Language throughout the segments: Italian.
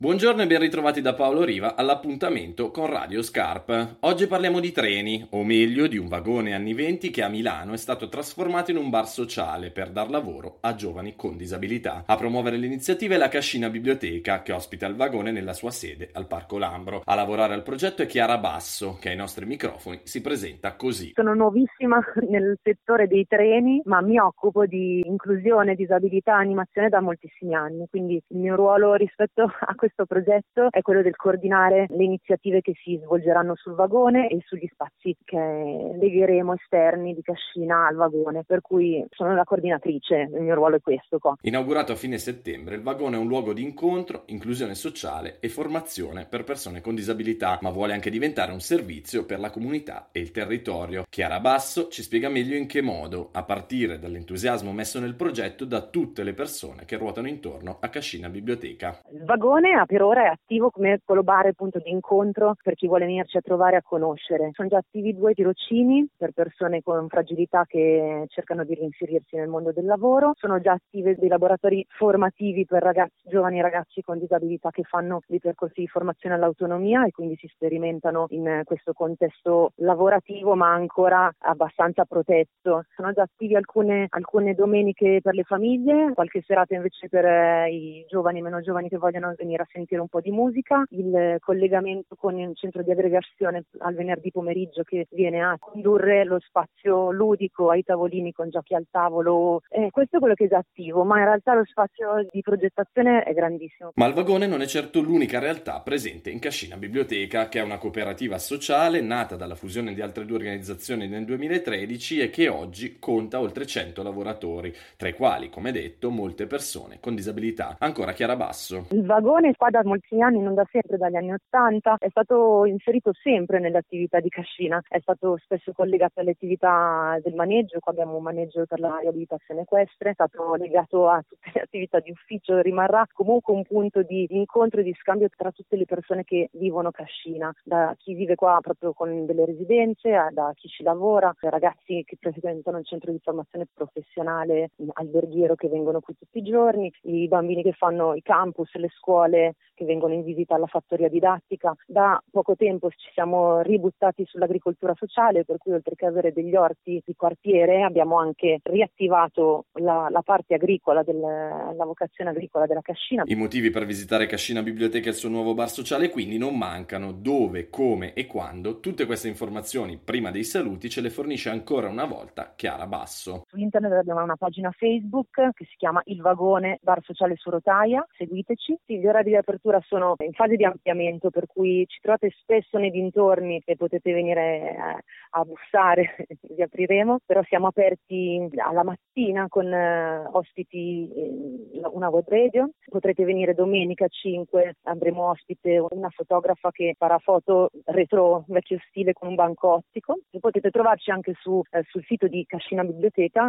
Buongiorno e ben ritrovati da Paolo Riva all'appuntamento con Radio Scarp. Oggi parliamo di treni, o meglio di un vagone anni 20 che a Milano è stato trasformato in un bar sociale per dar lavoro a giovani con disabilità. A promuovere l'iniziativa è la Cascina Biblioteca, che ospita il vagone nella sua sede al Parco Lambro. A lavorare al progetto è Chiara Basso, che ai nostri microfoni si presenta così. Sono nuovissima nel settore dei treni, ma mi occupo di inclusione, disabilità, animazione da moltissimi anni, quindi il mio ruolo rispetto a questo progetto è quello del coordinare le iniziative che si svolgeranno sul vagone e sugli spazi che legheremo esterni di Cascina al vagone, per cui sono la coordinatrice, il mio ruolo è questo qua. Inaugurato a fine settembre, il vagone è un luogo di incontro, inclusione sociale e formazione per persone con disabilità, ma vuole anche diventare un servizio per la comunità e il territorio. Chiara Basso ci spiega meglio in che modo, a partire dall'entusiasmo messo nel progetto da tutte le persone che ruotano intorno a Cascina Biblioteca. Il vagone per ora è attivo come bar punto di incontro per chi vuole venirci a trovare e a conoscere. Sono già attivi 2 tirocini per persone con fragilità che cercano di reinserirsi nel mondo del lavoro. Sono già attivi dei laboratori formativi per giovani ragazzi con disabilità che fanno dei percorsi di formazione all'autonomia e quindi si sperimentano in questo contesto lavorativo ma ancora abbastanza protetto. Sono già attivi alcune domeniche per le famiglie, qualche serata invece per i giovani e meno giovani che vogliono venire a sentire un po' di musica, il collegamento con il centro di aggregazione al venerdì pomeriggio che viene a condurre lo spazio ludico ai tavolini con giochi al tavolo. Questo è quello che è già attivo, ma in realtà lo spazio di progettazione è grandissimo. Ma il vagone non è certo l'unica realtà presente in Cascina Biblioteca, che è una cooperativa sociale nata dalla fusione di altre 2 organizzazioni nel 2013 e che oggi conta oltre 100 lavoratori, tra i quali, come detto, molte persone con disabilità. Ancora Chiara Basso. Il vagone qua da molti anni, non da sempre, dagli anni '80, è stato inserito sempre nelle attività di Cascina, è stato spesso collegato alle attività del maneggio, qua abbiamo un maneggio per la riabilitazione equestre, è stato legato a tutte le attività di ufficio, rimarrà comunque un punto di incontro e di scambio tra tutte le persone che vivono Cascina, da chi vive qua proprio con delle residenze, da chi ci lavora, ragazzi che frequentano il centro di formazione professionale alberghiero che vengono qui tutti i giorni, i bambini che fanno i campus, le scuole che vengono in visita alla fattoria didattica. Da poco tempo ci siamo ributtati sull'agricoltura sociale, per cui oltre che avere degli orti di quartiere abbiamo anche riattivato la parte agricola, la vocazione agricola della Cascina. I motivi per visitare Cascina Biblioteca e il suo nuovo bar sociale quindi non mancano. Dove, come e quando, tutte queste informazioni prima dei saluti ce le fornisce ancora una volta Chiara Basso. Su internet abbiamo una pagina Facebook che si chiama Il Vagone Bar Sociale su Rotaia, seguiteci. Gli orari di apertura sono in fase di ampliamento, per cui ci trovate spesso nei dintorni e potete venire a bussare, vi apriremo, però siamo aperti alla mattina con ospiti, una web radio. Potrete venire domenica 5, avremo ospite una fotografa che farà foto retro vecchio stile con un banco ottico. E potete trovarci anche sul sito di Cascina Biblioteca,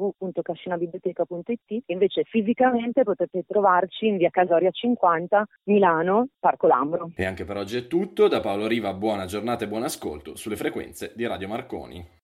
www.cascinabiblioteca.it, e invece fisicamente potete trovarci in via Casoria 50, Milano, Parco Lambro. E anche per oggi è tutto. Da Paolo Riva buona giornata e buon ascolto sulle frequenze di Radio Marconi.